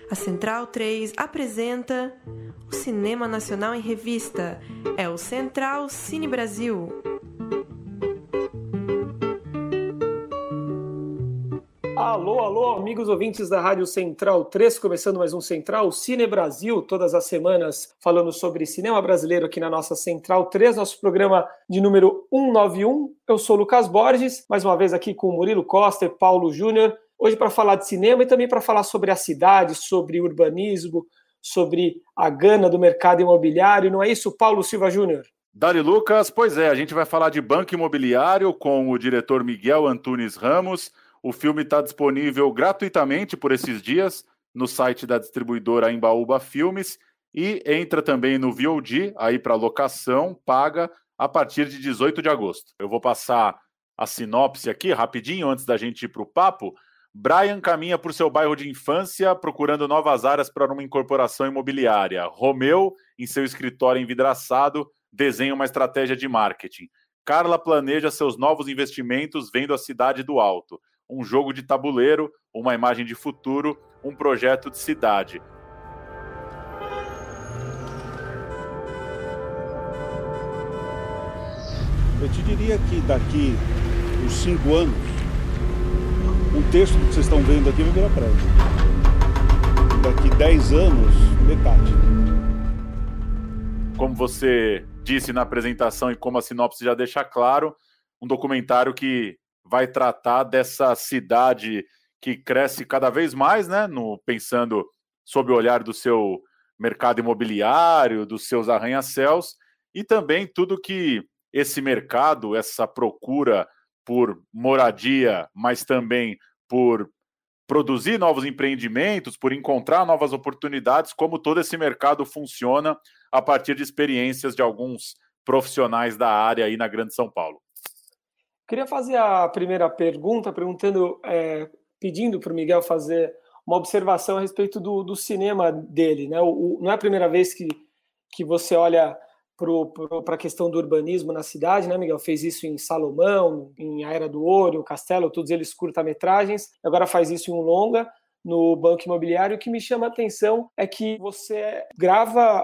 A Central 3 apresenta o Cinema Nacional em Revista. É o Central Cine Brasil. Alô, alô, amigos ouvintes da Rádio Central 3, começando mais um Central Cine Brasil, todas as semanas falando sobre cinema brasileiro aqui na nossa Central 3, nosso programa de número 191. Eu sou o Lucas Borges, mais uma vez aqui com o Murilo Costa e Paulo Júnior, hoje para falar de cinema e também para falar sobre a cidade, sobre urbanismo, sobre a gana do mercado imobiliário. Não é isso, Paulo Silva Júnior? Dali Lucas, pois é, a gente vai falar de banco imobiliário com o diretor Miguel Antunes Ramos. O filme está disponível gratuitamente por esses dias no site da distribuidora Embaúba Filmes e entra também no VOD, aí para locação, paga a partir de 18 de agosto. Eu vou passar a sinopse aqui rapidinho antes da gente ir para o papo. Brian caminha por seu bairro de infância procurando novas áreas para uma incorporação imobiliária. Romeu, em seu escritório envidraçado, desenha uma estratégia de marketing. Carla planeja seus novos investimentos vendo a cidade do alto. Um jogo de tabuleiro, uma imagem de futuro, um projeto de cidade. Eu te diria que daqui uns 5 anos, um terço do que vocês estão vendo aqui vai virar prédio. Daqui 10 anos, metade. Como você disse na apresentação e como a sinopse já deixa claro, um documentário que vai tratar dessa cidade que cresce cada vez mais, né? Pensando sob o olhar do seu mercado imobiliário, dos seus arranha-céus, e também tudo que esse mercado, essa procura por moradia, mas também por produzir novos empreendimentos, por encontrar novas oportunidades, como todo esse mercado funciona a partir de experiências de alguns profissionais da área aí na Grande São Paulo. Queria fazer a primeira pergunta, pedindo para o Miguel fazer uma observação a respeito do cinema dele, né? Não é a primeira vez que você olha para a questão do urbanismo na cidade, né, Miguel? Fez isso em Salomão, em A Era do Ouro, Castelo, todos eles curta-metragens. Agora faz isso em um longa, no Banco Imobiliário. O que me chama a atenção é que você grava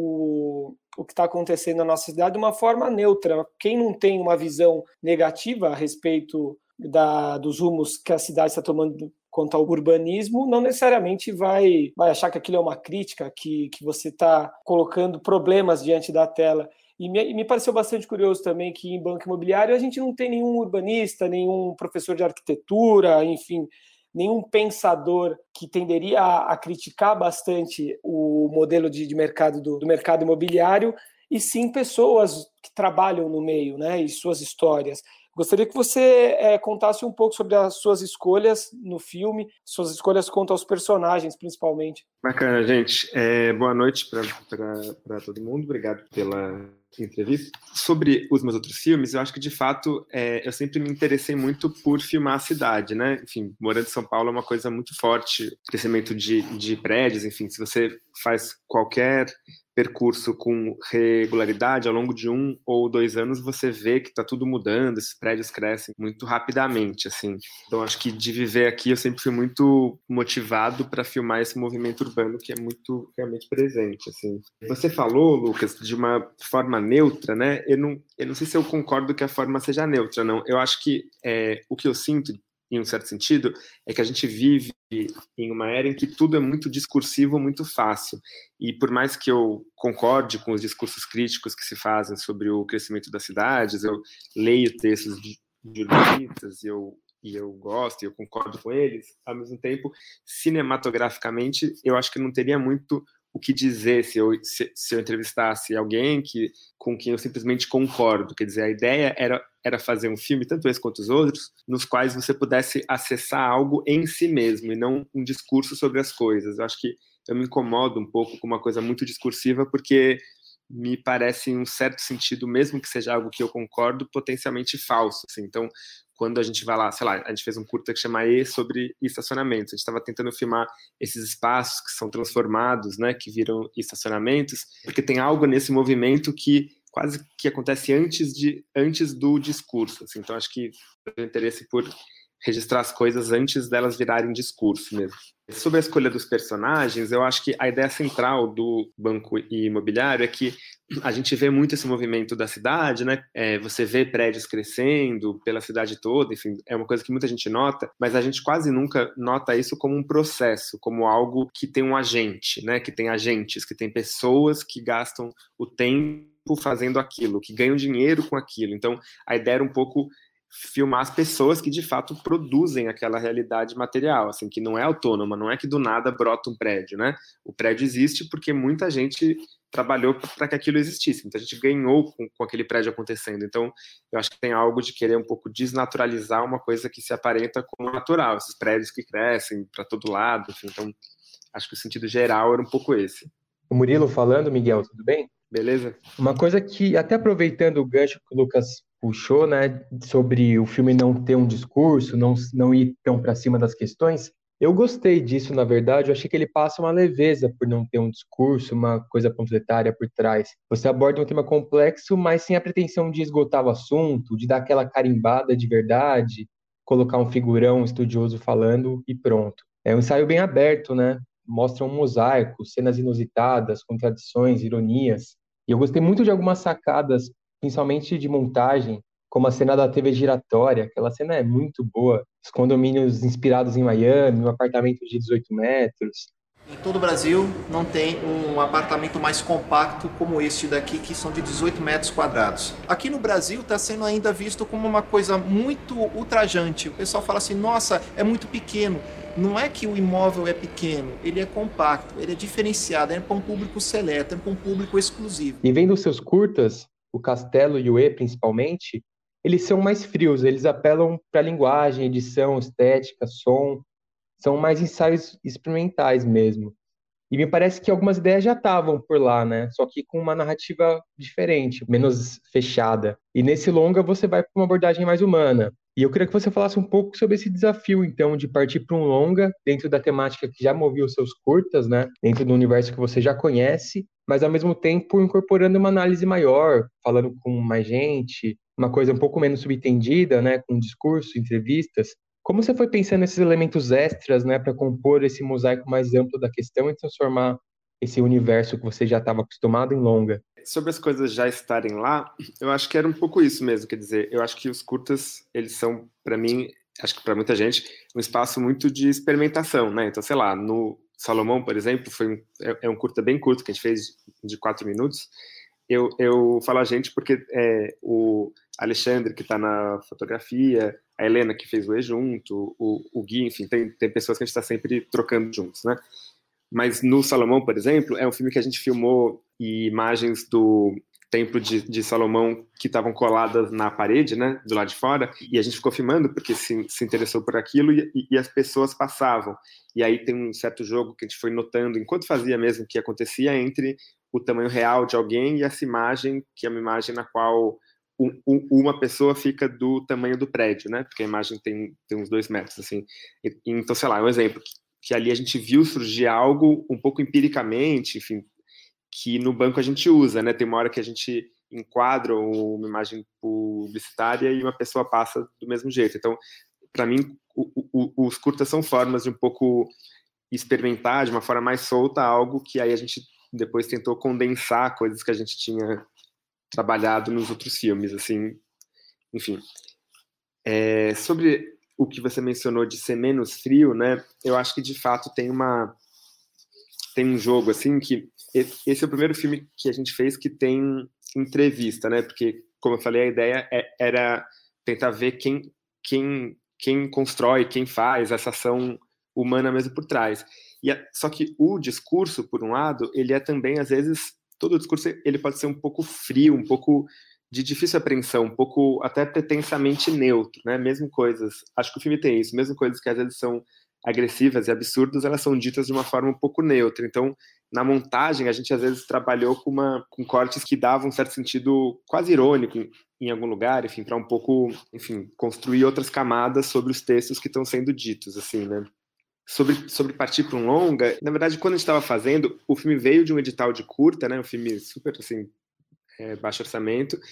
o que está acontecendo na nossa cidade de uma forma neutra. Quem não tem uma visão negativa a respeito dos rumos que a cidade está tomando quanto ao urbanismo, não necessariamente vai achar que aquilo é uma crítica, que você está colocando problemas diante da tela. E me pareceu bastante curioso também que em banco imobiliário a gente não tem nenhum urbanista, nenhum professor de arquitetura, enfim, nenhum pensador que tenderia a criticar bastante o modelo de mercado do mercado imobiliário, e sim pessoas que trabalham no meio, né, e suas histórias. Gostaria que você contasse um pouco sobre as suas escolhas no filme, suas escolhas quanto aos personagens, principalmente. Bacana, gente. Boa noite para todo mundo. Obrigado pela entrevista. Sobre os meus outros filmes, eu acho que, de fato, eu sempre me interessei muito por filmar a cidade, né? Enfim, morando em São Paulo é uma coisa muito forte, crescimento de prédios, enfim, se você faz qualquer percurso com regularidade, ao longo de 1 ou 2 anos, você vê que está tudo mudando, esses prédios crescem muito rapidamente, assim. Então, acho que de viver aqui, eu sempre fui muito motivado para filmar esse movimento urbano que é muito realmente presente, assim. Você falou, Lucas, de uma forma neutra, né? Eu não sei se eu concordo que a forma seja neutra, não. Eu acho que o que eu sinto, em um certo sentido, é que a gente vive em uma era em que tudo é muito discursivo, muito fácil. E por mais que eu concorde com os discursos críticos que se fazem sobre o crescimento das cidades, eu leio textos de urbanistas e eu gosto e eu concordo com eles, ao mesmo tempo, cinematograficamente, eu acho que não teria muito o que dizer se eu entrevistasse alguém com quem eu simplesmente concordo. Quer dizer, a ideia era fazer um filme, tanto esse quanto os outros, nos quais você pudesse acessar algo em si mesmo e não um discurso sobre as coisas. Eu acho que eu me incomodo um pouco com uma coisa muito discursiva, porque me parece, em um certo sentido, mesmo que seja algo que eu concordo, potencialmente falso. Assim. Então, quando a gente vai lá, sei lá, a gente fez um curta que chama sobre estacionamentos. A gente estava tentando filmar esses espaços que são transformados, né, que viram estacionamentos, porque tem algo nesse movimento que quase que acontece antes do discurso. Assim. Então, acho que o interesse por registrar as coisas antes delas virarem discurso mesmo. Sobre a escolha dos personagens, eu acho que a ideia central do Banco Imobiliário é que a gente vê muito esse movimento da cidade, né? Você vê prédios crescendo pela cidade toda, enfim, é uma coisa que muita gente nota, mas a gente quase nunca nota isso como um processo, como algo que tem um agente, né? Que tem agentes, que tem pessoas que gastam o tempo fazendo aquilo, que ganham dinheiro com aquilo. Então, a ideia era um pouco filmar as pessoas que de fato produzem aquela realidade material, assim, que não é autônoma, não é que do nada brota um prédio, né? O prédio existe porque muita gente trabalhou para que aquilo existisse, muita gente ganhou com aquele prédio acontecendo. Então, eu acho que tem algo de querer um pouco desnaturalizar uma coisa que se aparenta como natural, esses prédios que crescem para todo lado, enfim. Então, acho que o sentido geral era um pouco esse. O Murilo falando, Miguel, tudo bem? Beleza? Uma coisa que, até aproveitando o gancho que o Lucas puxou, né, sobre o filme não ter um discurso, não ir tão para cima das questões, eu gostei disso, na verdade. Eu achei que ele passa uma leveza por não ter um discurso, uma coisa panfletária por trás. Você aborda um tema complexo, mas sem a pretensão de esgotar o assunto, de dar aquela carimbada de verdade, colocar um figurão estudioso falando e pronto. É um ensaio bem aberto, né? Mostra um mosaico, cenas inusitadas, contradições, ironias. E eu gostei muito de algumas sacadas, principalmente de montagem, como a cena da TV giratória. Aquela cena é muito boa. Os condomínios inspirados em Miami, um apartamento de 18 metros. Em todo o Brasil não tem um apartamento mais compacto como este daqui, que são de 18 metros quadrados. Aqui no Brasil está sendo ainda visto como uma coisa muito ultrajante. O pessoal fala assim, nossa, é muito pequeno. Não é que o imóvel é pequeno, ele é compacto, ele é diferenciado, é para um público seleto, é para um público exclusivo. E vendo os seus curtas, o Castelo e o E principalmente, eles são mais frios, eles apelam para a linguagem, edição, estética, som, são mais ensaios experimentais mesmo. E me parece que algumas ideias já estavam por lá, né? Só que com uma narrativa diferente, menos fechada. E nesse longa você vai para uma abordagem mais humana. E eu queria que você falasse um pouco sobre esse desafio, então, de partir para um longa dentro da temática que já movia os seus curtas, né? Dentro do universo que você já conhece, mas ao mesmo tempo incorporando uma análise maior, falando com mais gente, uma coisa um pouco menos subentendida, né? Com discurso, entrevistas. Como você foi pensando nesses elementos extras, né, para compor esse mosaico mais amplo da questão e transformar esse universo que você já estava acostumado em longa? Sobre as coisas já estarem lá, eu acho que era um pouco isso mesmo, quer dizer, eu acho que os curtas, eles são, para mim, acho que para muita gente, um espaço muito de experimentação, né? Então, sei lá, no Salomão, por exemplo, é um curta bem curto, que a gente fez de 4 minutos. Eu falo a gente porque o Alexandre, que está na fotografia, a Helena, que fez o E junto, o Gui, enfim, tem pessoas que a gente está sempre trocando juntos, né? Mas no Salomão, por exemplo, é um filme que a gente filmou imagens do Templo de Salomão que estavam coladas na parede, né, do lado de fora, e a gente ficou filmando porque se interessou por aquilo e as pessoas passavam. E aí tem um certo jogo que a gente foi notando, enquanto fazia mesmo, que acontecia entre o tamanho real de alguém e essa imagem, que é uma imagem na qual uma pessoa fica do tamanho do prédio, né? Porque a imagem tem uns 2 metros, assim. Então, sei lá, um exemplo, que ali a gente viu surgir algo um pouco empiricamente, enfim, que no banco a gente usa, né? Tem uma hora que a gente enquadra uma imagem publicitária e uma pessoa passa do mesmo jeito. Então, para mim, os curtas são formas de um pouco experimentar de uma forma mais solta algo que aí a gente depois tentou condensar coisas que a gente tinha trabalhado nos outros filmes, assim, enfim. Sobre o que você mencionou de ser menos frio, né, eu acho que de fato tem um jogo, assim, que esse é o primeiro filme que a gente fez que tem entrevista, né, porque, como eu falei, a ideia era tentar ver quem constrói, quem faz essa ação humana mesmo por trás. Só que o discurso, por um lado, ele é também, às vezes, todo o discurso ele pode ser um pouco frio, um pouco de difícil apreensão, um pouco até pretensamente neutro, né? Mesmo coisas, acho que o filme tem isso, mesmo coisas que às vezes são agressivas e absurdas, elas são ditas de uma forma um pouco neutra. Então, na montagem, a gente às vezes trabalhou com cortes que davam um certo sentido quase irônico em algum lugar, enfim, para um pouco, enfim, construir outras camadas sobre os textos que estão sendo ditos, assim, né? Sobre partir para um longa, na verdade, quando a gente estava fazendo, o filme veio de um edital de curta, né, um filme super, assim, baixo orçamento,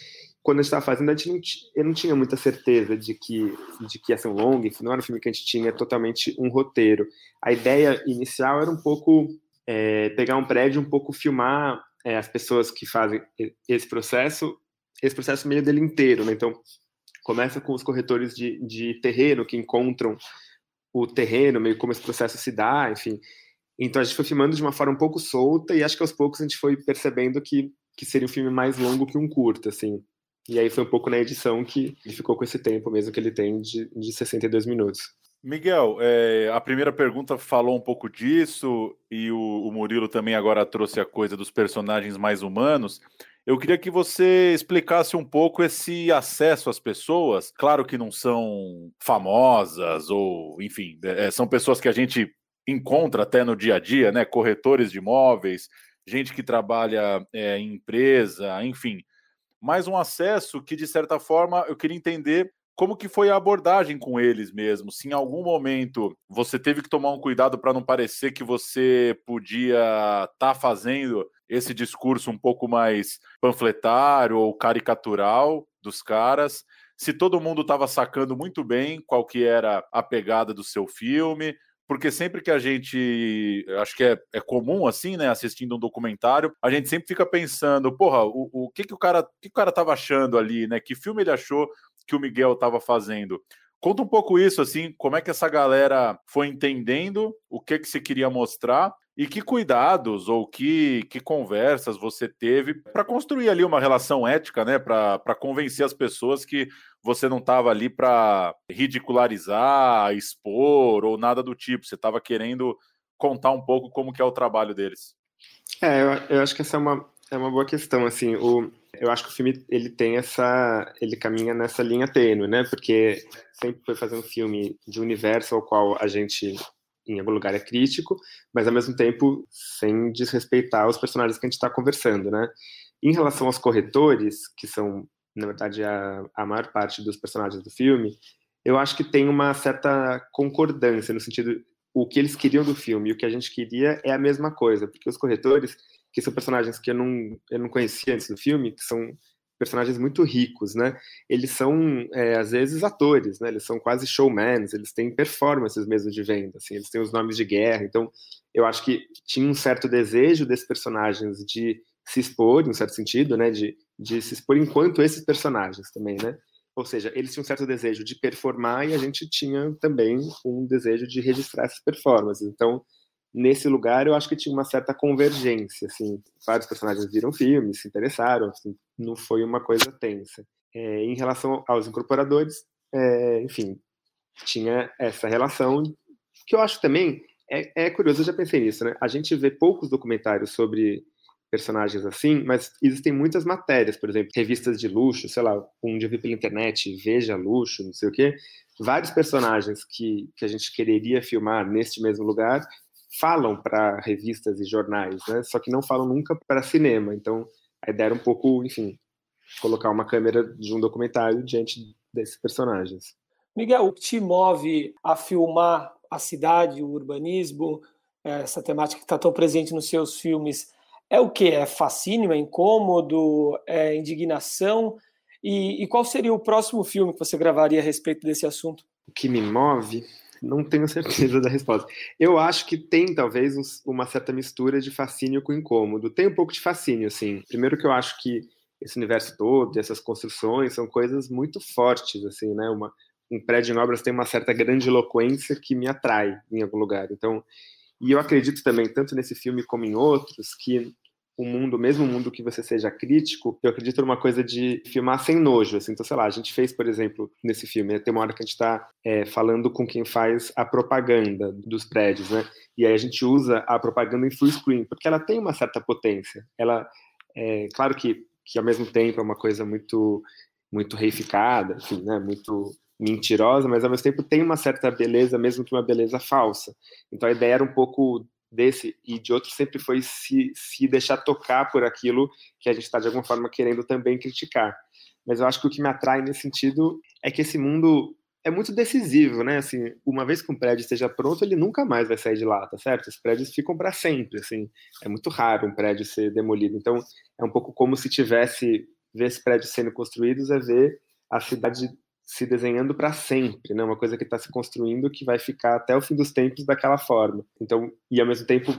quando a gente estava fazendo, eu não tinha muita certeza de que ia ser um longa, não era um filme que a gente tinha totalmente um roteiro. A ideia inicial era um pouco pegar um prédio, um pouco filmar as pessoas que fazem esse processo meio dele inteiro, né? Então, começa com os corretores de terreno que encontram o terreno, meio como esse processo se dá, enfim. Então, a gente foi filmando de uma forma um pouco solta e acho que aos poucos a gente foi percebendo que seria um filme mais longo que um curta, assim. E aí foi um pouco na edição que ele ficou com esse tempo mesmo que ele tem de 62 minutos. Miguel, a primeira pergunta falou um pouco disso e o Murilo também agora trouxe a coisa dos personagens mais humanos. Eu queria que você explicasse um pouco esse acesso às pessoas. Claro que não são famosas ou, enfim, são pessoas que a gente encontra até no dia a dia, né? Corretores de imóveis, gente que trabalha em empresa, enfim. Mas um acesso que, de certa forma, eu queria entender como que foi a abordagem com eles mesmo. Se em algum momento você teve que tomar um cuidado para não parecer que você podia estar fazendo esse discurso um pouco mais panfletário ou caricatural dos caras, se todo mundo estava sacando muito bem qual que era a pegada do seu filme, porque sempre que a gente, acho que é comum assim, né, assistindo um documentário, a gente sempre fica pensando, porra, o que o cara estava achando ali, né, que filme ele achou que o Miguel estava fazendo. Conta um pouco isso, assim, como é que essa galera foi entendendo o que você queria mostrar e que cuidados ou que conversas você teve para construir ali uma relação ética, né, para convencer as pessoas que você não estava ali para ridicularizar, expor ou nada do tipo, você estava querendo contar um pouco como que é o trabalho deles. Eu acho que essa é uma boa questão, assim, eu acho que o filme, ele caminha nessa linha tênue, né, porque sempre foi fazer um filme de universo ao qual a gente, em algum lugar, é crítico, mas, ao mesmo tempo, sem desrespeitar os personagens que a gente está conversando, né. Em relação aos corretores, que são, na verdade, a maior parte dos personagens do filme, eu acho que tem uma certa concordância, no sentido, o que eles queriam do filme e o que a gente queria é a mesma coisa, porque os corretores, que são personagens que eu não conhecia antes do filme, que são personagens muito ricos, né? Eles são, às vezes, atores, né? Eles são quase showmans, eles têm performances mesmo de venda, assim, eles têm os nomes de guerra. Então, eu acho que tinha um certo desejo desses personagens de se expor, em um certo sentido, né? De se expor enquanto esses personagens também, né? Ou seja, eles tinham um certo desejo de performar e a gente tinha também um desejo de registrar essas performances. Então, nesse lugar, eu acho que tinha uma certa convergência, assim, vários personagens viram filmes, se interessaram, assim, não foi uma coisa tensa. Em relação aos incorporadores, enfim, tinha essa relação, que eu acho também, é curioso, eu já pensei nisso, né? A gente vê poucos documentários sobre personagens assim, mas existem muitas matérias, por exemplo, revistas de luxo, sei lá, um dia eu vi pela internet, Veja Luxo, não sei o quê, vários personagens que a gente quereria filmar neste mesmo lugar, falam para revistas e jornais, né? Só que não falam nunca para cinema. Então, a ideia era um pouco, enfim, colocar uma câmera de um documentário diante desses personagens. Miguel, o que te move a filmar a cidade, o urbanismo, essa temática que está tão presente nos seus filmes, é o quê? É fascínio, é incômodo, é indignação? E qual seria o próximo filme que você gravaria a respeito desse assunto? O que me move? Não tenho certeza da resposta. Eu acho que tem, talvez, uma certa mistura de fascínio com incômodo. Tem um pouco de fascínio, assim. Primeiro que eu acho que esse universo todo, essas construções, são coisas muito fortes, assim, né? Um prédio em obras tem uma certa grandiloquência que me atrai em algum lugar. Então, e eu acredito também, tanto nesse filme como em outros, que o mundo, mesmo o mundo que você seja crítico, eu acredito numa coisa de filmar sem nojo, assim. Então, sei lá, a gente fez, por exemplo, nesse filme, tem uma hora que a gente está falando com quem faz a propaganda dos prédios, né? E aí a gente usa a propaganda em full screen, porque ela tem uma certa potência. Ela, claro que ao mesmo tempo é uma coisa muito, muito reificada, enfim, né? Muito mentirosa, mas ao mesmo tempo tem uma certa beleza, mesmo que uma beleza falsa. Então a ideia era um pouco desse e de outro sempre foi se deixar tocar por aquilo que a gente está de alguma forma querendo também criticar. Mas eu acho que o que me atrai nesse sentido é que esse mundo é muito decisivo, né? Assim, uma vez que um prédio esteja pronto, ele nunca mais vai sair de lá, tá certo? Os prédios ficam para sempre, assim. É muito raro um prédio ser demolido. Então, é um pouco como se tivesse ver esses prédios sendo construídos é ver a cidade se desenhando para sempre, né? Uma coisa que está se construindo que vai ficar até o fim dos tempos daquela forma. Então, e ao mesmo tempo,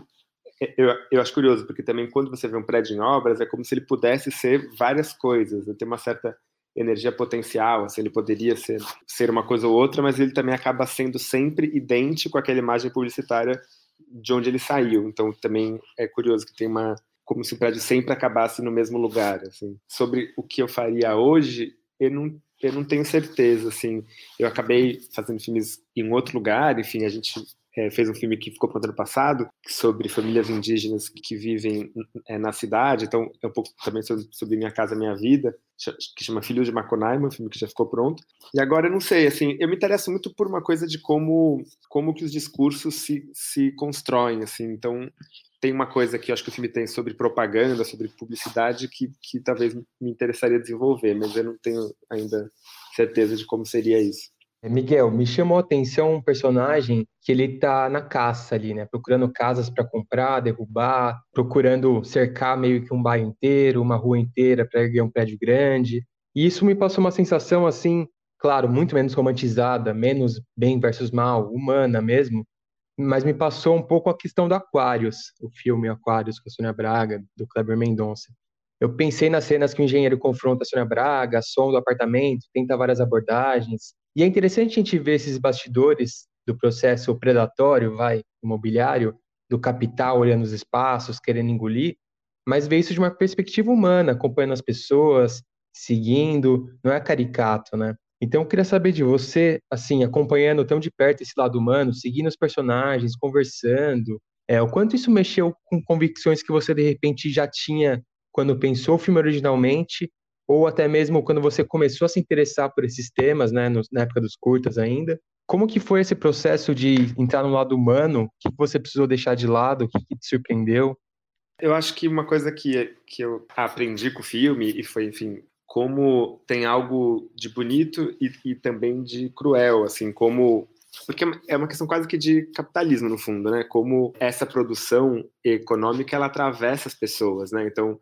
eu acho curioso, porque também quando você vê um prédio em obras, é como se ele pudesse ser várias coisas, né? Tem uma certa energia potencial, assim, ele poderia ser uma coisa ou outra, mas ele também acaba sendo sempre idêntico àquela imagem publicitária de onde ele saiu. Então, também é curioso que tem como se o prédio sempre acabasse no mesmo lugar, assim. Sobre o que eu faria hoje, eu não tenho certeza, assim. Eu acabei fazendo filmes em outro lugar, enfim, a gente fez um filme que ficou pronto ano passado sobre famílias indígenas que vivem na cidade, então é um pouco também sobre Minha Casa Minha Vida, que chama Filhos de Macunaíma, um filme que já ficou pronto. E agora eu não sei, assim, eu me interesso muito por uma coisa de como que os discursos se constroem, assim. Então tem uma coisa que eu acho que o filme tem sobre propaganda, sobre publicidade, que talvez me interessaria desenvolver, mas eu não tenho ainda certeza de como seria isso. Miguel, me chamou a atenção um personagem que ele tá na caça ali, né? Procurando casas para comprar, derrubar, procurando cercar meio que um bairro inteiro, uma rua inteira para erguer um prédio grande. E isso me passou uma sensação assim, claro, muito menos romantizada, menos bem versus mal, humana mesmo, mas me passou um pouco a questão do Aquários, o filme Aquários com a Sônia Braga, do Kleber Mendonça. Eu pensei nas cenas que o engenheiro confronta a Sônia Braga, som do apartamento, tenta várias abordagens. E é interessante a gente ver esses bastidores do processo predatório, imobiliário, do capital olhando os espaços, querendo engolir, mas ver isso de uma perspectiva humana, acompanhando as pessoas, seguindo, não é caricato, né? Então eu queria saber de você, assim, acompanhando tão de perto esse lado humano, seguindo os personagens, conversando, o quanto isso mexeu com convicções que você de repente já tinha quando pensou o filme originalmente, ou até mesmo quando você começou a se interessar por esses temas, né, na época dos curtas ainda. Como que foi esse processo de entrar no lado humano? O que você precisou deixar de lado? O que te surpreendeu? Eu acho que uma coisa que eu aprendi com o filme, e foi, enfim, como tem algo de bonito e também de cruel, assim, como... Porque é uma questão quase que de capitalismo, no fundo, né? Como essa produção econômica, ela atravessa as pessoas, né? Então,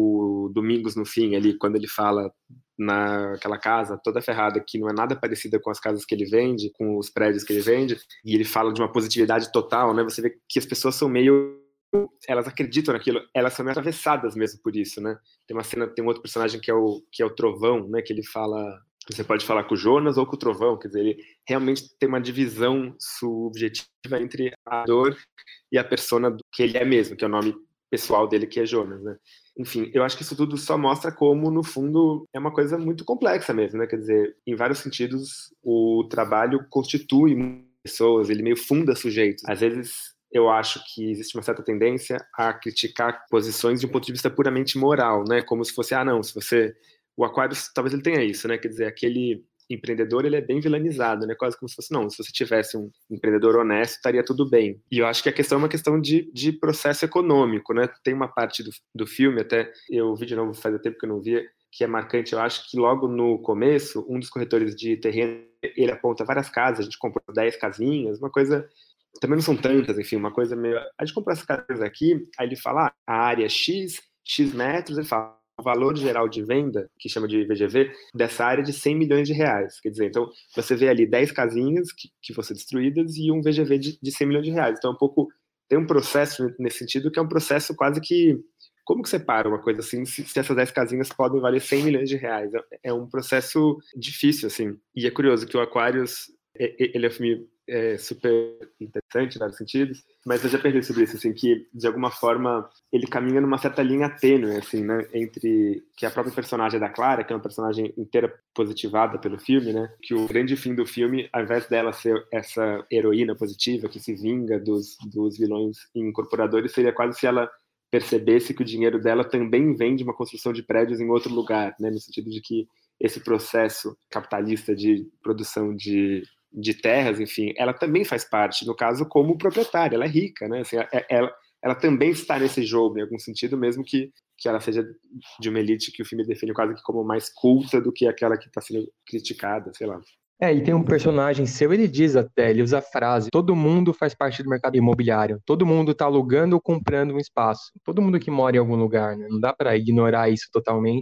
o Domingos, no fim, ali, quando ele fala naquela casa toda ferrada, que não é nada parecida com as casas que ele vende, com os prédios que ele vende, e ele fala de uma positividade total, né? Você vê que as pessoas são meio... Elas acreditam naquilo, elas são meio atravessadas mesmo por isso, né? Tem uma cena, tem um outro personagem que é o Trovão, né? Que ele fala... Você pode falar com o Jonas ou com o Trovão, quer dizer, ele realmente tem uma divisão subjetiva entre a dor e a persona que ele é mesmo, que é o nome pessoal dele, que é Jonas, né? Enfim, eu acho que isso tudo só mostra como, no fundo, é uma coisa muito complexa mesmo, né? Quer dizer, em vários sentidos, o trabalho constitui pessoas, ele meio funda sujeitos. Às vezes, eu acho que existe uma certa tendência a criticar posições de um ponto de vista puramente moral, né? Como se fosse, não, se você... O Aquários, talvez ele tenha isso, né? Quer dizer, aquele empreendedor, ele é bem vilanizado, né? Quase como se fosse, não, se você tivesse um empreendedor honesto, estaria tudo bem. E eu acho que a questão é uma questão de processo econômico, né? Tem uma parte do filme, até eu vi de novo, faz tempo que eu não via, que é marcante. Eu acho que logo no começo, um dos corretores de terreno, ele aponta várias casas, a gente comprou 10 casinhas, uma coisa... Também não são tantas, enfim, uma coisa meio... A gente comprou essas casas aqui, aí ele fala, a área X metros, ele fala, o valor geral de venda, que chama de VGV, dessa área é de 100 milhões de reais. Quer dizer, então, você vê ali 10 casinhas que vão ser destruídas e um VGV de 100 milhões de reais. Então, tem um processo nesse sentido que é um processo quase que... Como que separa uma coisa assim, se essas 10 casinhas podem valer 100 milhões de reais? É um processo difícil, assim. E é curioso que o Aquários, ele é um filme super interessante em vários sentidos, mas eu já pensei sobre isso, assim, que de alguma forma ele caminha numa certa linha tênue, assim, né, entre que a própria personagem da Clara, que é uma personagem inteira positivada pelo filme, né, que o grande fim do filme, ao invés dela ser essa heroína positiva que se vinga dos vilões incorporadores, seria quase se ela percebesse que o dinheiro dela também vem de uma construção de prédios em outro lugar, né, no sentido de que esse processo capitalista de produção de terras, enfim, ela também faz parte, no caso, como proprietária, ela é rica, né? Assim, ela também está nesse jogo, em algum sentido, mesmo que ela seja de uma elite que o filme define quase que como mais culta do que aquela que está sendo criticada, sei lá. E tem um personagem seu, ele diz até, ele usa a frase, todo mundo faz parte do mercado imobiliário, todo mundo está alugando ou comprando um espaço, todo mundo que mora em algum lugar, né? Não dá para ignorar isso totalmente,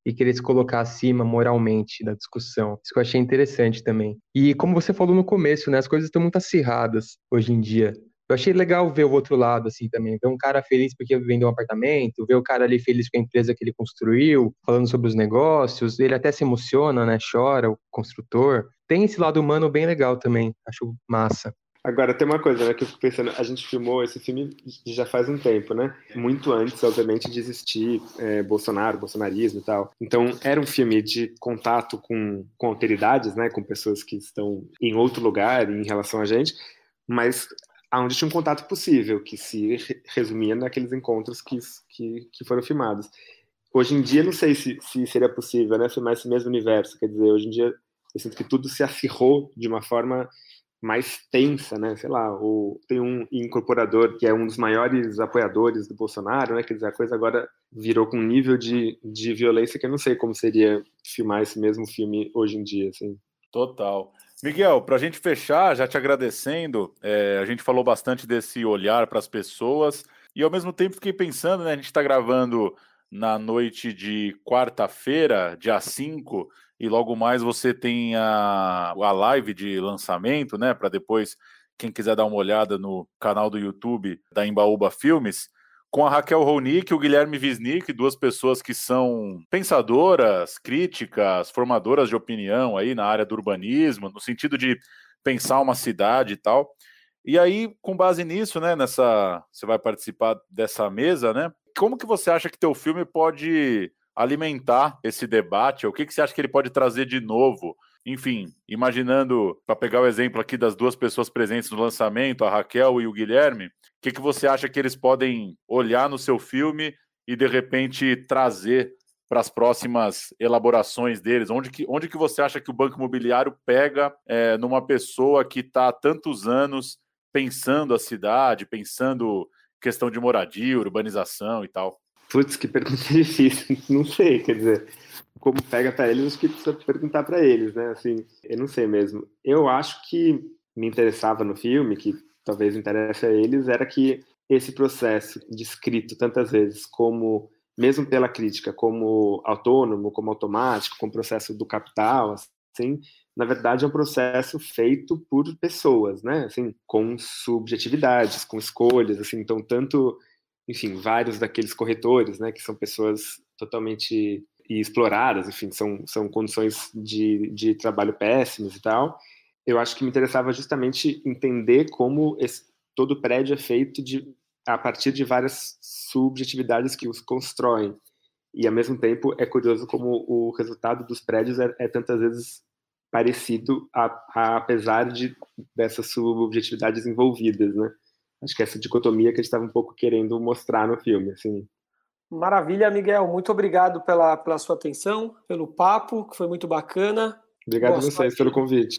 e querer se colocar acima moralmente da discussão. Isso que eu achei interessante também. E como você falou no começo, né, as coisas estão muito acirradas hoje em dia. Eu achei legal ver o outro lado, assim, também. Ver um cara feliz porque vendeu um apartamento, ver o cara ali feliz com a empresa que ele construiu, falando sobre os negócios, ele até se emociona, né, chora, o construtor. Tem esse lado humano bem legal também, acho massa. Agora, tem uma coisa, né, que eu fico pensando, a gente filmou esse filme já faz um tempo, né? Muito antes, obviamente, de existir bolsonarismo e tal. Então, era um filme de contato com autoridades, né, com pessoas que estão em outro lugar em relação a gente, mas onde tinha um contato possível, que se resumia naqueles encontros que foram filmados. Hoje em dia, não sei se seria possível, né, filmar esse mesmo universo. Quer dizer, hoje em dia, eu sinto que tudo se acirrou de uma forma mais tensa, né? Sei lá, tem um incorporador que é um dos maiores apoiadores do Bolsonaro, né? Quer dizer, a coisa agora virou com um nível de violência que eu não sei como seria filmar esse mesmo filme hoje em dia, assim. Total. Miguel, para a gente fechar, já te agradecendo, a gente falou bastante desse olhar para as pessoas e ao mesmo tempo fiquei pensando, né? A gente está gravando na noite de quarta-feira, dia 5, e logo mais você tem a live de lançamento, né? Para depois, quem quiser dar uma olhada no canal do YouTube da Embaúba Filmes, com a Raquel Ronick e o Guilherme Wisnik, duas pessoas que são pensadoras, críticas, formadoras de opinião aí na área do urbanismo, no sentido de pensar uma cidade e tal. E aí, com base nisso, né, você vai participar dessa mesa, né? Como que você acha que teu filme pode alimentar esse debate? O que você acha que ele pode trazer de novo? Enfim, imaginando, para pegar o exemplo aqui das duas pessoas presentes no lançamento, a Raquel e o Guilherme, o que você acha que eles podem olhar no seu filme e, de repente, trazer para as próximas elaborações deles? Onde que você acha que o Banco Imobiliário pega numa pessoa que está há tantos anos pensando a cidade, pensando questão de moradia, urbanização e tal? Putz, que pergunta difícil. Não sei, quer dizer, como pega para eles, acho que precisa perguntar para eles, né? Assim, eu não sei mesmo. Eu acho que me interessava no filme, que talvez interesse a eles, era que esse processo descrito tantas vezes como, mesmo pela crítica, como autônomo, como automático, como processo do capital, assim, na verdade é um processo feito por pessoas, né? Assim, com subjetividades, com escolhas, assim, então tanto, enfim, vários daqueles corretores, né, que são pessoas totalmente exploradas, enfim, são condições de trabalho péssimas e tal. Eu acho que me interessava justamente entender como todo prédio é feito a partir de várias subjetividades que os constroem. E, ao mesmo tempo, é curioso como o resultado dos prédios é tantas vezes parecido, apesar dessas subjetividades envolvidas, né? Acho que essa dicotomia que a gente estava um pouco querendo mostrar no filme, assim. Maravilha, Miguel. Muito obrigado pela sua atenção, pelo papo, que foi muito bacana. Obrigado a vocês pelo convite.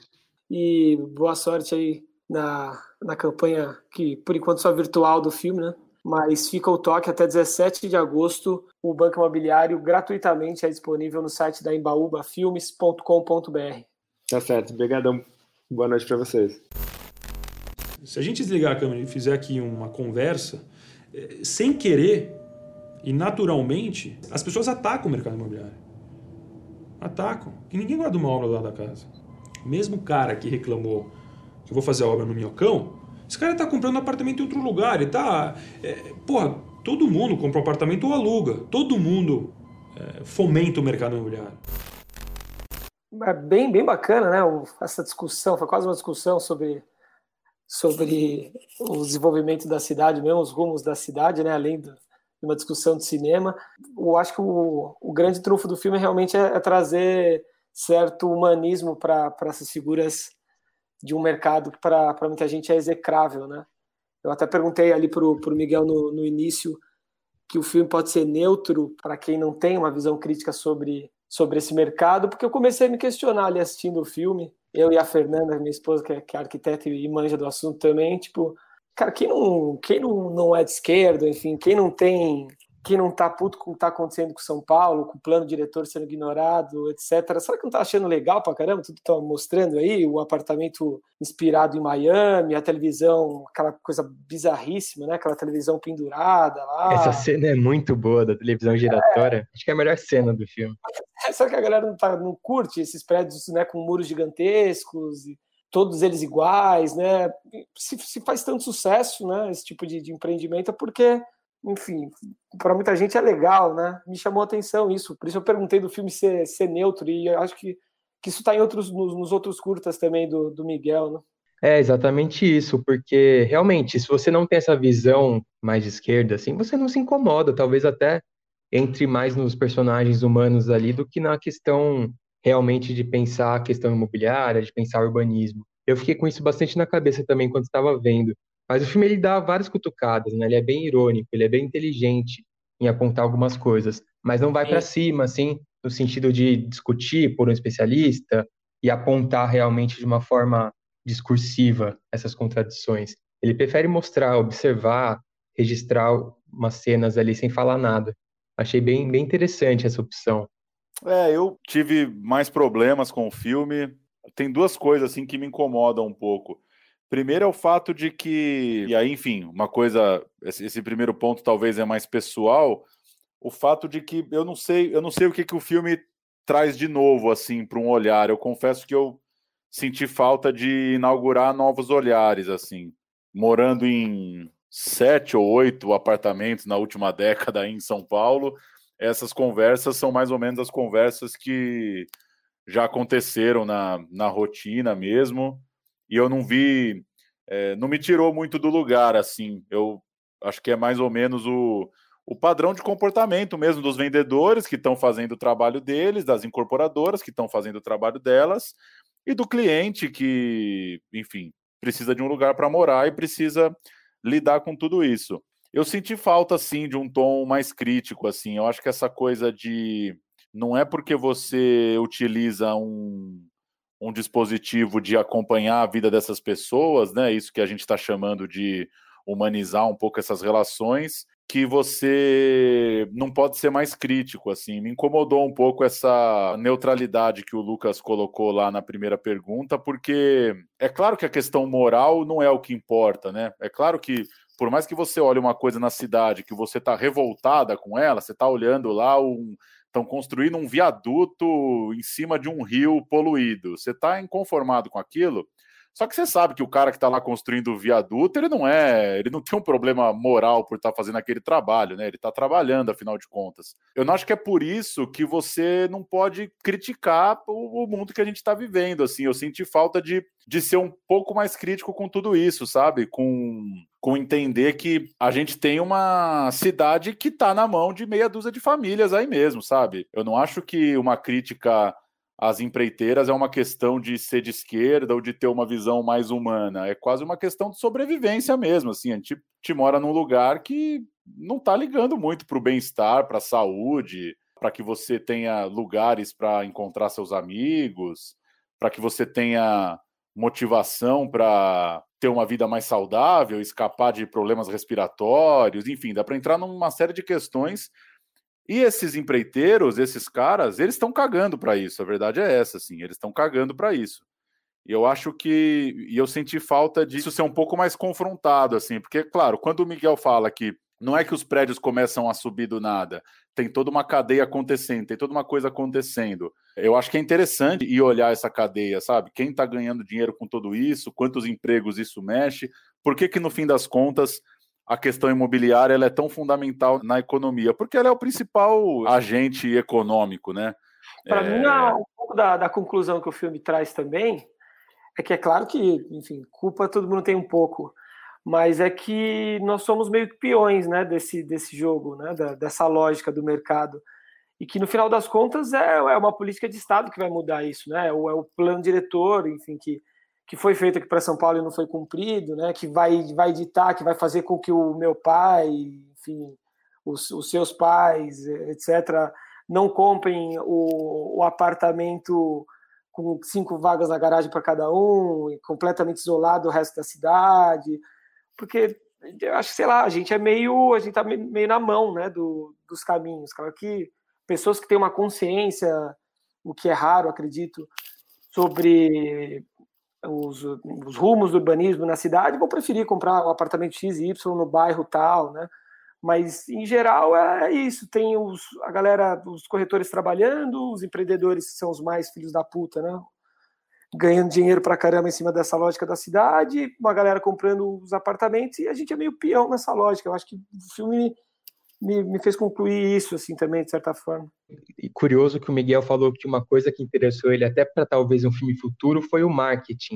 E boa sorte aí na campanha, que por enquanto só virtual do filme, né? Mas fica o toque, até 17 de agosto, o Banco Imobiliário gratuitamente é disponível no site da embaúbafilmes.com.br. Tá certo, obrigadão. Boa noite para vocês. Se a gente desligar a câmera e fizer aqui uma conversa, sem querer e naturalmente, as pessoas atacam o mercado imobiliário. Atacam. E ninguém guarda uma obra lá da casa. Mesmo o cara que reclamou que eu vou fazer a obra no Minhocão, esse cara tá comprando apartamento em outro lugar. Ele tá... todo mundo compra um apartamento ou aluga. Todo mundo fomenta o mercado imobiliário. É bem bacana, né? Essa discussão, foi quase uma discussão sobre o desenvolvimento da cidade, mesmo os rumos da cidade, né? Além de uma discussão de cinema. Eu acho que o grande trunfo do filme realmente é trazer certo humanismo para essas figuras de um mercado que para muita gente é execrável, né? Eu até perguntei ali pro Miguel no início que o filme pode ser neutro para quem não tem uma visão crítica sobre esse mercado, porque eu comecei a me questionar ali assistindo o filme, eu e a Fernanda, minha esposa, que é arquiteta e manja do assunto também, tipo, cara, quem não é de esquerda, enfim, quem não tem quem não tá puto com o que tá acontecendo com São Paulo, com o plano diretor sendo ignorado, etc. Será que não tá achando legal pra caramba? Tudo que tá mostrando aí, o apartamento inspirado em Miami, a televisão, aquela coisa bizarríssima, né? Aquela televisão pendurada lá. Essa cena é muito boa da televisão giratória. Acho que é a melhor cena do filme. Só que a galera não curte esses prédios, né, com muros gigantescos, e todos eles iguais, né? Se faz tanto sucesso, né, esse tipo de empreendimento, é porque, enfim, para muita gente é legal, né? Me chamou a atenção isso, por isso eu perguntei do filme ser neutro, e eu acho que isso está nos outros curtas também do Miguel, né? É exatamente isso, porque realmente, se você não tem essa visão mais de esquerda, assim, você não se incomoda, talvez até entre mais nos personagens humanos ali do que na questão realmente de pensar a questão imobiliária, de pensar o urbanismo. Eu fiquei com isso bastante na cabeça também quando estava vendo. Mas o filme ele dá várias cutucadas, né? Ele é bem irônico, ele é bem inteligente em apontar algumas coisas, mas não vai para cima, assim, no sentido de discutir por um especialista e apontar realmente de uma forma discursiva essas contradições. Ele prefere mostrar, observar, registrar umas cenas ali sem falar nada. Achei bem interessante essa opção. Eu tive mais problemas com o filme. Tem duas coisas assim que me incomodam um pouco. Primeiro é o fato de que, e aí, enfim, uma coisa, esse primeiro ponto talvez é mais pessoal, o fato de que eu não sei o que o filme traz de novo assim para um olhar. Eu confesso que eu senti falta de inaugurar novos olhares, assim, morando em 7 ou 8 apartamentos na última década em São Paulo. Essas conversas são mais ou menos as conversas que já aconteceram na rotina mesmo, e eu não vi, não me tirou muito do lugar, assim. Eu acho que é mais ou menos o padrão de comportamento mesmo dos vendedores que estão fazendo o trabalho deles, das incorporadoras que estão fazendo o trabalho delas, e do cliente que, enfim, precisa de um lugar para morar e precisa lidar com tudo isso. Eu senti falta, assim, de um tom mais crítico, assim. Eu acho que essa coisa de... Não é porque você utiliza um dispositivo de acompanhar a vida dessas pessoas, né? Isso que a gente está chamando de humanizar um pouco essas relações, que você não pode ser mais crítico, assim. Me incomodou um pouco essa neutralidade que o Lucas colocou lá na primeira pergunta, porque é claro que a questão moral não é o que importa, né? É claro que por mais que você olhe uma coisa na cidade, que você está revoltada com ela, você está olhando lá, estão construindo um viaduto em cima de um rio poluído. Você está inconformado com aquilo, só que você sabe que o cara que está lá construindo o viaduto, ele não tem um problema moral por estar fazendo aquele trabalho, né? Ele está trabalhando, afinal de contas. Eu não acho que é por isso que você não pode criticar o mundo que a gente está vivendo, assim. Eu senti falta de ser um pouco mais crítico com tudo isso, sabe? Com entender que a gente tem uma cidade que está na mão de meia dúzia de famílias aí mesmo, sabe? Eu não acho que uma crítica às empreiteiras é uma questão de ser de esquerda ou de ter uma visão mais humana. É quase uma questão de sobrevivência mesmo, assim. A gente mora num lugar que não está ligando muito para o bem-estar, para a saúde, para que você tenha lugares para encontrar seus amigos, para que você tenha motivação para ter uma vida mais saudável, escapar de problemas respiratórios, enfim, dá para entrar numa série de questões. E esses empreiteiros, esses caras, eles estão cagando para isso, a verdade é essa, assim, eles estão cagando para isso. E eu acho que, e eu senti falta disso ser um pouco mais confrontado, assim, porque, claro, quando o Miguel fala que não é que os prédios começam a subir do nada, tem toda uma cadeia acontecendo, tem toda uma coisa acontecendo. Eu acho que é interessante ir olhar essa cadeia, sabe? Quem está ganhando dinheiro com tudo isso, quantos empregos isso mexe, por que no fim das contas a questão imobiliária ela é tão fundamental na economia? Porque ela é o principal agente econômico, né? Para mim, um pouco da conclusão que o filme traz também é que é claro que, enfim, culpa todo mundo tem um pouco, mas é que nós somos meio que peões, né, desse jogo, né, dessa lógica do mercado, e que no final das contas é uma política de Estado que vai mudar isso, né? É o plano diretor, enfim, que foi feito aqui para São Paulo e não foi cumprido, né? Que vai ditar, que vai fazer com que o meu pai, enfim, os seus pais, etc., não comprem o apartamento com 5 vagas na garagem para cada um, completamente isolado do resto da cidade, porque eu acho que, sei lá, a gente tá meio na mão, né, dos caminhos. Claro que pessoas que têm uma consciência, o que é raro, acredito, sobre os rumos do urbanismo na cidade, vão preferir comprar um apartamento X e Y no bairro tal, né? Mas, em geral, é isso. Tem a galera, os corretores trabalhando, os empreendedores que são os mais filhos da puta, né? Ganhando dinheiro pra caramba em cima dessa lógica da cidade, uma galera comprando os apartamentos, e a gente é meio peão nessa lógica. Eu acho que o filme me fez concluir isso, assim, também, de certa forma. E curioso que o Miguel falou que uma coisa que interessou ele até para talvez um filme futuro foi o marketing.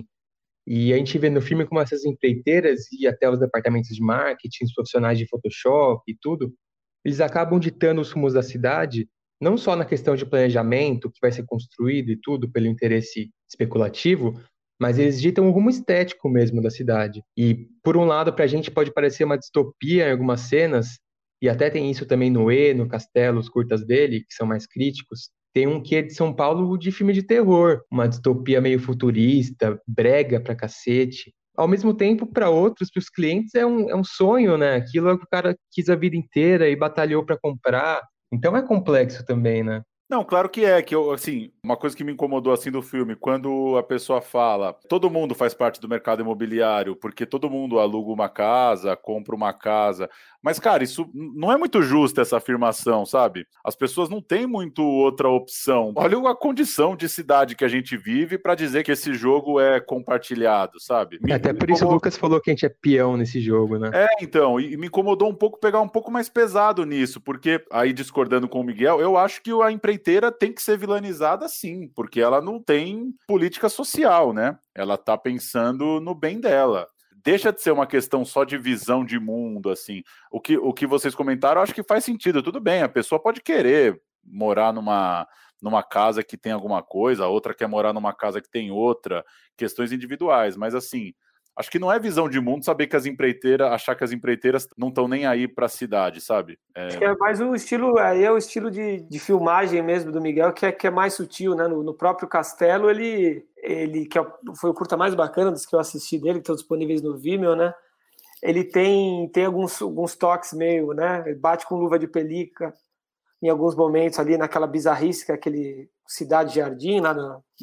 E a gente vê no filme como essas empreiteiras e até os departamentos de marketing, os profissionais de Photoshop e tudo, eles acabam ditando os rumos da cidade, não só na questão de planejamento, que vai ser construído e tudo, pelo interesse especulativo, mas eles ditam o rumo estético mesmo da cidade. E, por um lado, para a gente pode parecer uma distopia em algumas cenas, e até tem isso também no no Castelo, os curtas dele, que são mais críticos. Tem um quê de São Paulo de filme de terror, uma distopia meio futurista, brega pra cacete. Ao mesmo tempo, para outros, para os clientes, é um sonho, né? Aquilo é o que o cara quis a vida inteira e batalhou para comprar. Então é complexo também, né? Não, claro que é, que eu, assim, uma coisa que me incomodou assim do filme, quando a pessoa fala, todo mundo faz parte do mercado imobiliário, porque todo mundo aluga uma casa, compra uma casa, mas, cara, isso não é muito justa essa afirmação, sabe? As pessoas não têm muito outra opção. Olha a condição de cidade que a gente vive para dizer que esse jogo é compartilhado, sabe? Até por isso o Lucas falou que a gente é peão nesse jogo, né? Então, e me incomodou um pouco pegar um pouco mais pesado nisso, porque, aí discordando com o Miguel, eu acho que a empreiteira tem que ser vilanizada sim, porque ela não tem política social, né? Ela tá pensando no bem dela. Deixa de ser uma questão só de visão de mundo, assim. O que vocês comentaram, eu acho que faz sentido. Tudo bem, a pessoa pode querer morar numa casa que tem alguma coisa, a outra quer morar numa casa que tem outra, questões individuais, mas assim, acho que não é visão de mundo saber que achar que as empreiteiras não estão nem aí para a cidade, sabe? Acho que é mais o estilo, aí é o estilo de filmagem mesmo do Miguel, que é mais sutil, né? No próprio Castelo, ele foi o curta mais bacana dos que eu assisti dele, que estão disponíveis no Vimeo, né? Ele tem alguns toques meio, né? Ele bate com luva de pelica em alguns momentos ali naquela bizarrice, que é aquele Cidade Jardim, lá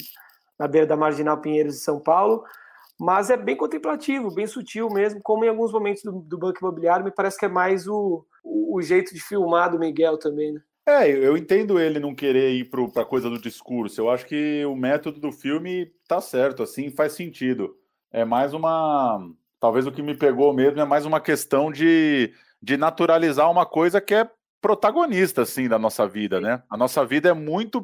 na beira da Marginal Pinheiros de São Paulo. Mas é bem contemplativo, bem sutil mesmo, como em alguns momentos do Banco Imobiliário, me parece que é mais o jeito de filmar do Miguel também, né? Eu entendo ele não querer ir pra coisa do discurso, eu acho que o método do filme tá certo, assim, faz sentido. É mais talvez o que me pegou mesmo é mais uma questão de naturalizar uma coisa que é protagonista, assim, da nossa vida, né? A nossa vida